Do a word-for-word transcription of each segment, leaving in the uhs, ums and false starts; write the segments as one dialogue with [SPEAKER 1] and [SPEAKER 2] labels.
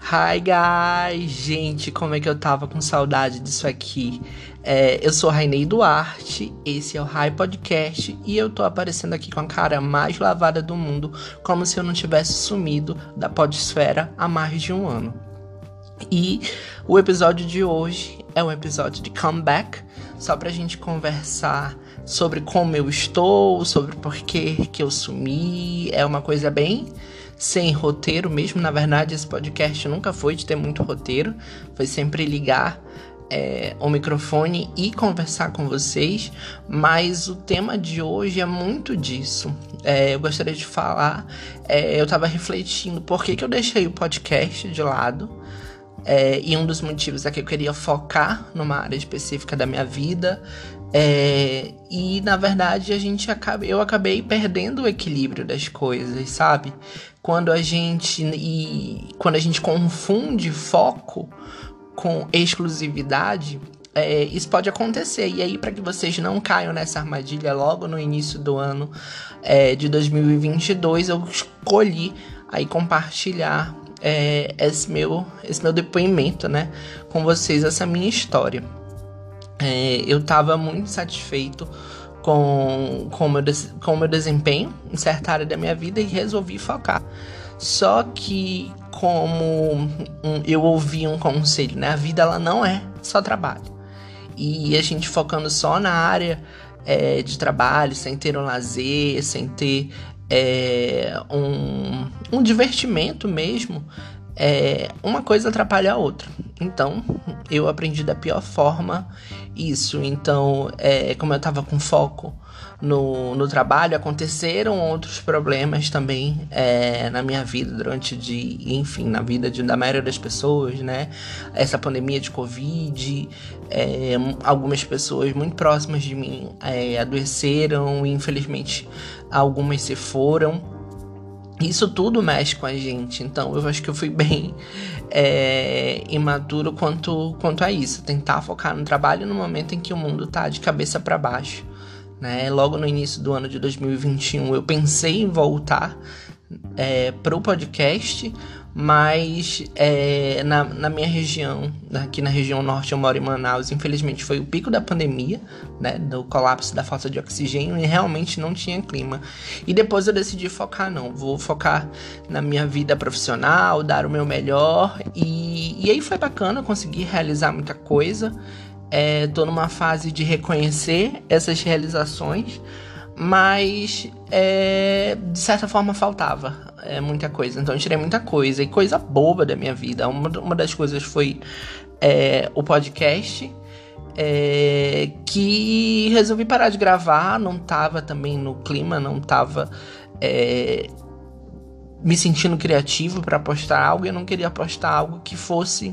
[SPEAKER 1] Hi guys! Gente, como é que eu tava com saudade disso aqui? É, eu sou Rainei Duarte, esse é o Hi Podcast e eu tô aparecendo aqui com a cara mais lavada do mundo, como se eu não tivesse sumido da podesfera há mais de um ano. E o episódio de hoje é um episódio de comeback, só pra gente conversar sobre como eu estou, sobre por que que eu sumi. É uma coisa bem sem roteiro mesmo. Na verdade, esse podcast nunca foi de ter muito roteiro, foi sempre ligar é, o microfone e conversar com vocês, mas o tema de hoje é muito disso. É, eu gostaria de falar, é, eu tava refletindo por que que eu deixei o podcast de lado. É, e um dos motivos é que eu queria focar numa área específica da minha vida. É, e na verdade a gente acaba, eu acabei perdendo o equilíbrio das coisas, sabe? Quando a gente, e, quando a gente confunde foco com exclusividade, é, isso pode acontecer. E aí, para que vocês não caiam nessa armadilha logo no início do ano é, de dois mil e vinte e dois, eu escolhi aí compartilhar É, esse, meu, esse meu depoimento, né, com vocês, essa minha história. É, eu estava muito satisfeito com, com, meu des, com o meu desempenho em certa área da minha vida e resolvi focar. Só que, como um, eu ouvi um conselho, né, a vida ela não é só trabalho. E a gente focando só na área é, de trabalho, sem ter um lazer, sem ter É, um, um divertimento mesmo, é, uma coisa atrapalha a outra. Então, eu aprendi da pior forma isso. Então, é, como eu tava com foco no, no trabalho, aconteceram outros problemas também é, na minha vida durante de, enfim, na vida de, da maioria das pessoas, né? Essa pandemia de Covid, é, algumas pessoas muito próximas de mim é, adoeceram e infelizmente algumas se foram. Isso tudo mexe com a gente. Então eu acho que eu fui bem é, imaturo quanto, quanto a isso. Tentar focar no trabalho no momento em que o mundo tá de cabeça para baixo, né? Logo no início do ano de dois mil e vinte e um eu pensei em voltar é, pro podcast, mas é, na, na minha região, aqui na região norte, eu moro em Manaus, infelizmente foi o pico da pandemia, né, do colapso da falta de oxigênio, e realmente não tinha clima. E depois eu decidi focar, não, vou focar na minha vida profissional, dar o meu melhor, e, e aí foi bacana, eu consegui realizar muita coisa. É, tô numa fase de reconhecer essas realizações, mas é, de certa forma faltava é, muita coisa. Então eu tirei muita coisa, e coisa boba da minha vida. Uma, uma das coisas foi é, o podcast, é, que resolvi parar de gravar. Não tava também no clima, não tava é, me sentindo criativo para postar algo. Eu não queria postar algo que fosse,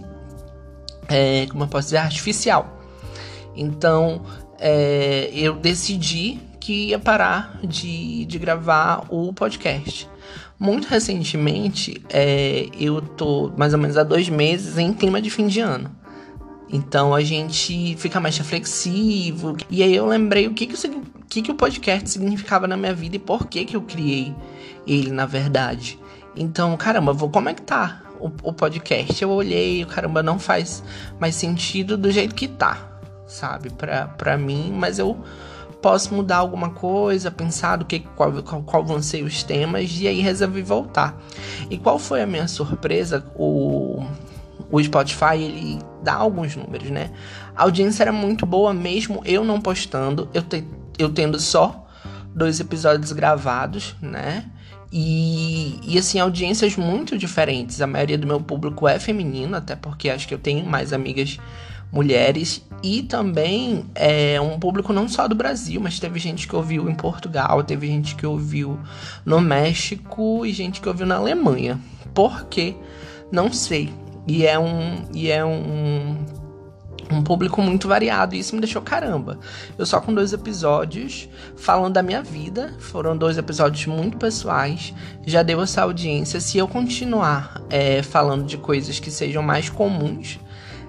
[SPEAKER 1] é, como eu posso dizer, artificial. Então é, eu decidi que ia parar de, de gravar o podcast. Muito recentemente, é, eu tô mais ou menos há dois meses em clima de fim de ano. Então a gente fica mais reflexivo. E aí eu lembrei o que, que, o, que, que o podcast significava na minha vida e por que, que eu criei ele, na verdade. Então, caramba, vou, como é que tá o, o podcast? Eu olhei, caramba, não faz mais sentido do jeito que tá, sabe, pra, pra mim, mas eu posso mudar alguma coisa, pensar do que, qual, qual, qual vão ser os temas, e aí resolvi voltar. E qual foi a minha surpresa? O, o Spotify, ele dá alguns números, né? A audiência era muito boa mesmo eu não postando, eu, te, eu tendo só dois episódios gravados, né? E, e assim, audiências muito diferentes. A maioria do meu público é feminino, até porque acho que eu tenho mais amigas mulheres, e também é um público não só do Brasil, mas teve gente que ouviu em Portugal, teve gente que ouviu no México e gente que ouviu na Alemanha. Por quê? Não sei. E é um, e é um, um público muito variado, e isso me deixou caramba. Eu só com dois episódios falando da minha vida, foram dois episódios muito pessoais, já deu essa audiência. Se eu continuar é, falando de coisas que sejam mais comuns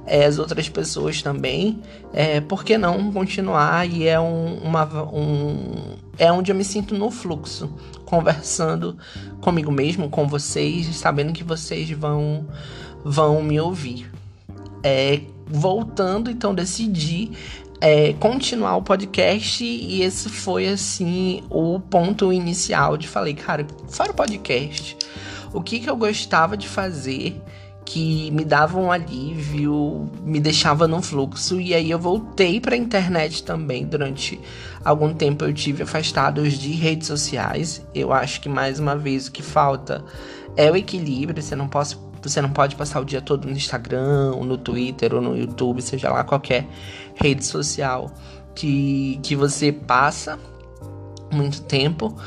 [SPEAKER 1] é, as outras pessoas também, é, por que não continuar? E é um, uma, um, é onde eu me sinto no fluxo, conversando comigo mesmo, com vocês, sabendo que vocês vão, vão me ouvir. É, voltando, então, decidi é, continuar o podcast, e esse foi, assim, o ponto inicial de falei, cara, fora o podcast, o que que eu gostava de fazer que me dava um alívio, me deixava no fluxo, e aí eu voltei para a internet também. Durante algum tempo eu tive afastados de redes sociais. Eu acho que, mais uma vez, o que falta é o equilíbrio. Você não pode, você não pode passar o dia todo no Instagram, ou no Twitter, ou no YouTube, seja lá qualquer rede social que, que você passa muito tempo.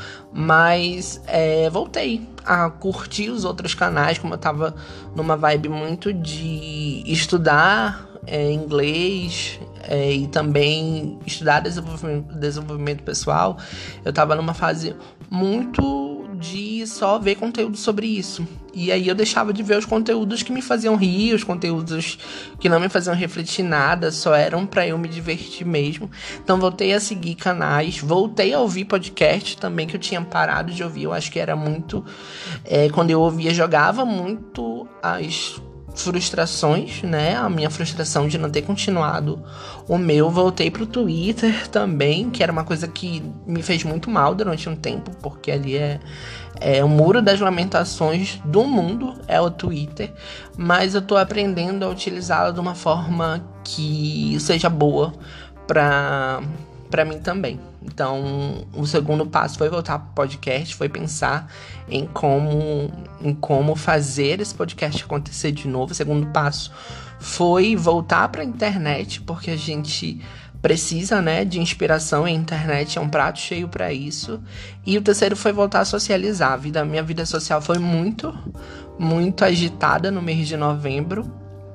[SPEAKER 1] Mas é, voltei a curtir os outros canais, como eu tava numa vibe muito de estudar é, inglês é, e também estudar desenvolvimento, desenvolvimento pessoal. Eu tava numa fase muito de só ver conteúdo sobre isso. E aí eu deixava de ver os conteúdos que me faziam rir, os conteúdos que não me faziam refletir nada, só eram pra eu me divertir mesmo. Então voltei a seguir canais, voltei a ouvir podcast também, que eu tinha parado de ouvir. Eu acho que era muito... É, quando eu ouvia, jogava muito as frustrações, né? A minha frustração de não ter continuado o meu. Voltei pro Twitter também, que era uma coisa que me fez muito mal durante um tempo, porque ali é, é o muro das lamentações do mundo, é o Twitter. Mas eu tô aprendendo a utilizá-la de uma forma que seja boa pra, pra mim também. Então, o segundo passo foi voltar pro podcast, foi pensar em como, em como fazer esse podcast acontecer de novo. O segundo passo foi voltar pra internet, porque a gente precisa, né, de inspiração, e a internet é um prato cheio para isso. E o terceiro foi voltar a socializar. A vida, minha vida social foi muito, muito agitada no mês de novembro.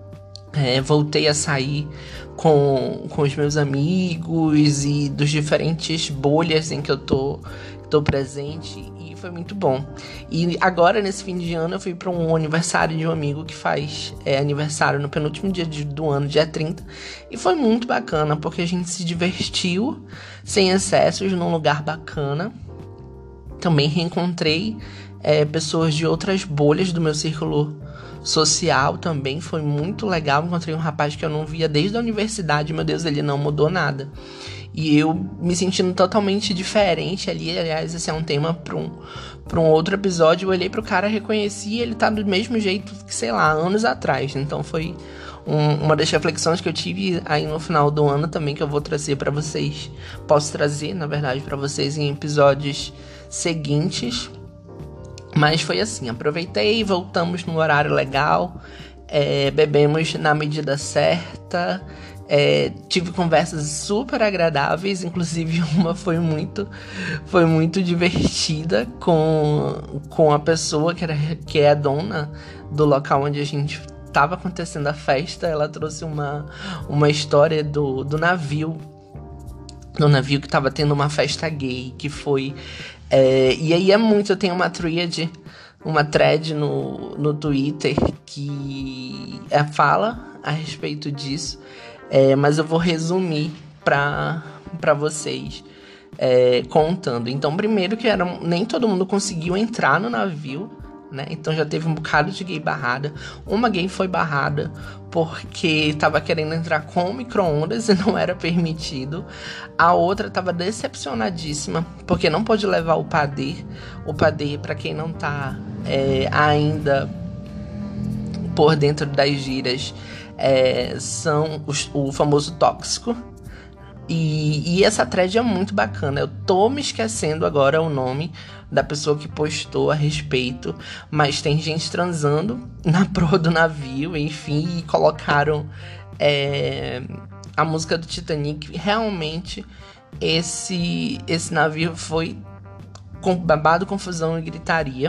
[SPEAKER 1] É, voltei a sair com, com os meus amigos e dos diferentes bolhas em que eu tô, tô presente, e foi muito bom. E agora, nesse fim de ano, eu fui para um aniversário de um amigo que faz é, aniversário no penúltimo dia de, do ano, dia trinta, e foi muito bacana, porque a gente se divertiu sem excessos, num lugar bacana. Também reencontrei é, pessoas de outras bolhas do meu círculo social também, foi muito legal. Encontrei um rapaz que eu não via desde a universidade, meu Deus, ele não mudou nada. E eu me sentindo totalmente diferente ali. Aliás, esse é um tema para um, para um outro episódio. Eu olhei pro cara, reconheci, ele tá do mesmo jeito que, sei lá, anos atrás. Então foi um, uma das reflexões que eu tive aí no final do ano também, que eu vou trazer para vocês. Posso trazer, na verdade, para vocês em episódios seguintes. Mas foi assim, aproveitei, voltamos no horário legal, é, bebemos na medida certa, é, tive conversas super agradáveis, inclusive uma foi muito, foi muito divertida com, com a pessoa que, era, que é a dona do local onde a gente estava acontecendo a festa. Ela trouxe uma, uma história do, do navio, do navio que estava tendo uma festa gay, que foi... É, e aí é muito, eu tenho uma thread, uma thread no, no Twitter que é, fala a respeito disso, é, mas eu vou resumir para para vocês é, contando. Então, primeiro que era, nem todo mundo conseguiu entrar no navio, né? Então já teve um bocado de gay barrada. Uma gay foi barrada porque tava querendo entrar com micro-ondas e não era permitido. A outra tava decepcionadíssima porque não pôde levar o padê. O padê, pra quem não tá é, ainda por dentro das gírias, é, são os, o famoso tóxico. E, e essa thread é muito bacana. Eu tô me esquecendo agora o nome da pessoa que postou a respeito, mas tem gente transando na proa do navio, enfim, e colocaram é, a música do Titanic. Realmente esse, esse navio foi com babado, confusão e gritaria,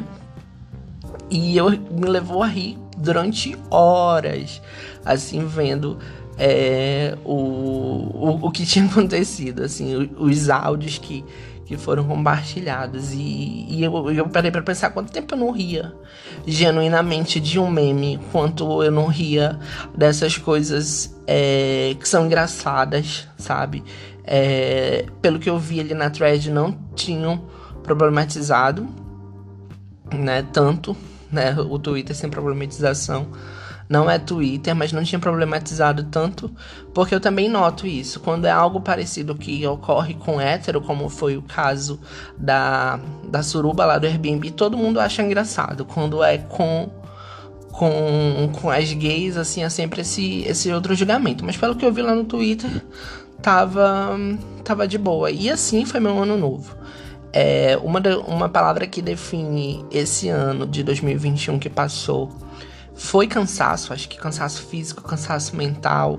[SPEAKER 1] e eu me levou a rir durante horas, assim, vendo É, o, o, o que tinha acontecido, assim, os, os áudios que, que foram compartilhados. E, e eu, eu parei pra pensar quanto tempo eu não ria genuinamente de um meme, quanto eu não ria dessas coisas é, que são engraçadas, sabe? É, pelo que eu vi ali na thread, não tinham problematizado, né, tanto, né, o Twitter sem problematização não é Twitter, mas não tinha problematizado tanto, porque eu também noto isso. Quando é algo parecido que ocorre com hétero, como foi o caso da, da suruba lá do Airbnb, todo mundo acha engraçado. Quando é com, com, com as gays, assim, é sempre esse, esse outro julgamento. Mas pelo que eu vi lá no Twitter, tava, tava de boa. E assim foi meu ano novo. É, uma, uma palavra que define esse ano de dois mil e vinte e um que passou foi cansaço, acho que cansaço físico, cansaço mental,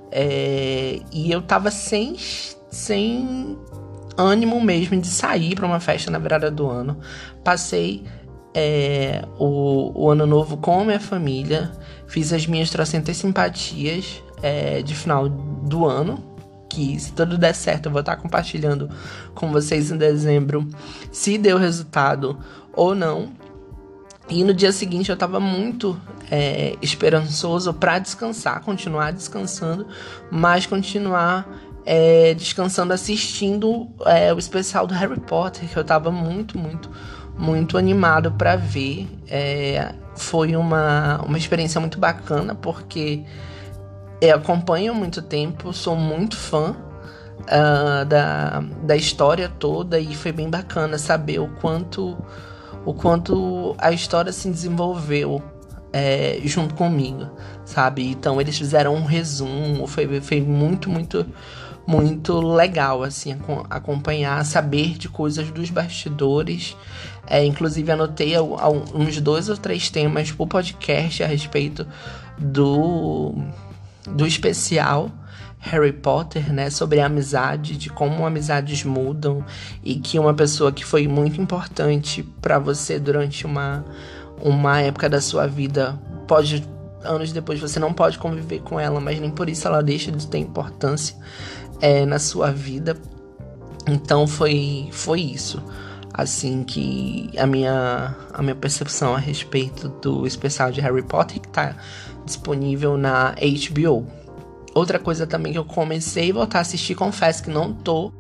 [SPEAKER 1] é, e eu tava sem, sem ânimo mesmo de sair pra uma festa na virada do ano. Passei é, o, o ano novo com a minha família, fiz as minhas trocentas simpatias é, de final do ano, que se tudo der certo eu vou estar compartilhando com vocês em dezembro, se deu resultado ou não. E no dia seguinte eu tava muito é, esperançoso pra descansar, continuar descansando, mas continuar é, descansando assistindo é, o especial do Harry Potter, que eu tava muito, muito, muito animado pra ver. É, foi uma, uma experiência muito bacana, porque eu acompanho há muito tempo, sou muito fã uh, da, da história toda, e foi bem bacana saber o quanto... o quanto a história se desenvolveu é, junto comigo, sabe? Então eles fizeram um resumo, foi, foi muito, muito, muito legal, assim, acompanhar, saber de coisas dos bastidores. É, inclusive anotei uns dois ou três temas pro podcast a respeito do, do especial Harry Potter, né, sobre a amizade, de como amizades mudam, e que uma pessoa que foi muito importante pra você durante uma, uma época da sua vida, pode, anos depois você não pode conviver com ela, mas nem por isso ela deixa de ter importância é, na sua vida. Então foi, foi isso, assim, que a minha, a minha percepção a respeito do especial de Harry Potter, que tá disponível na H B O. Outra coisa também que eu comecei a voltar a assistir, confesso que não tô...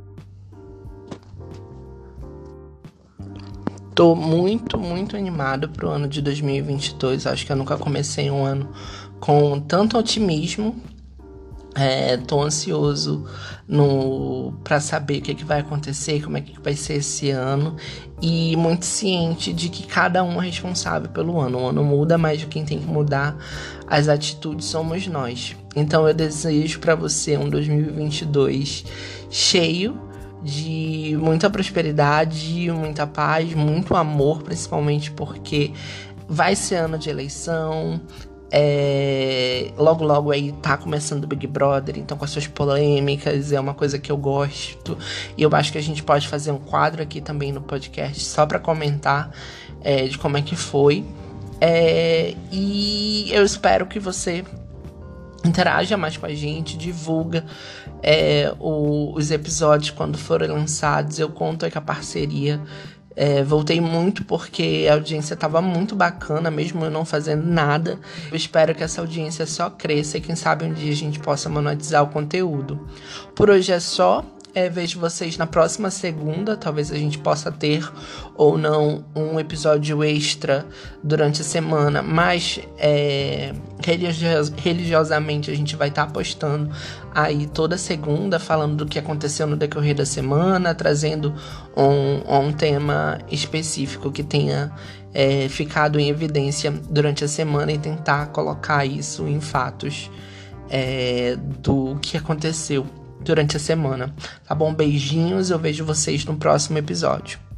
[SPEAKER 1] Tô muito, muito animado pro ano de dois mil e vinte e dois. Acho que eu nunca comecei um ano com tanto otimismo. É, tô ansioso no, pra saber o que, que vai acontecer, como é que vai ser esse ano. E muito ciente de que cada um é responsável pelo ano. O ano muda, mas quem tem que mudar as atitudes somos nós. Então eu desejo pra você um dois mil e vinte e dois cheio de muita prosperidade, muita paz, muito amor, principalmente porque vai ser ano de eleição. É, logo logo aí tá começando o Big Brother, então com as suas polêmicas, é uma coisa que eu gosto, e eu acho que a gente pode fazer um quadro aqui também no podcast só pra comentar é, de como é que foi, é, e eu espero que você interaja mais com a gente, divulga é, o, os episódios quando forem lançados. Eu conto aí com a parceria. É, voltei muito porque a audiência estava muito bacana, mesmo eu não fazendo nada. Eu espero que essa audiência só cresça e quem sabe um dia a gente possa monetizar o conteúdo. Por hoje é só. É, vejo vocês na próxima segunda. Talvez a gente possa ter ou não um episódio extra durante a semana, mas é, religios- religiosamente a gente vai estar tá postando aí toda segunda, falando do que aconteceu no decorrer da semana, trazendo um, um tema específico que tenha é, ficado em evidência durante a semana, e tentar colocar isso em fatos é, do que aconteceu durante a semana, tá bom? Beijinhos, eu vejo vocês no próximo episódio.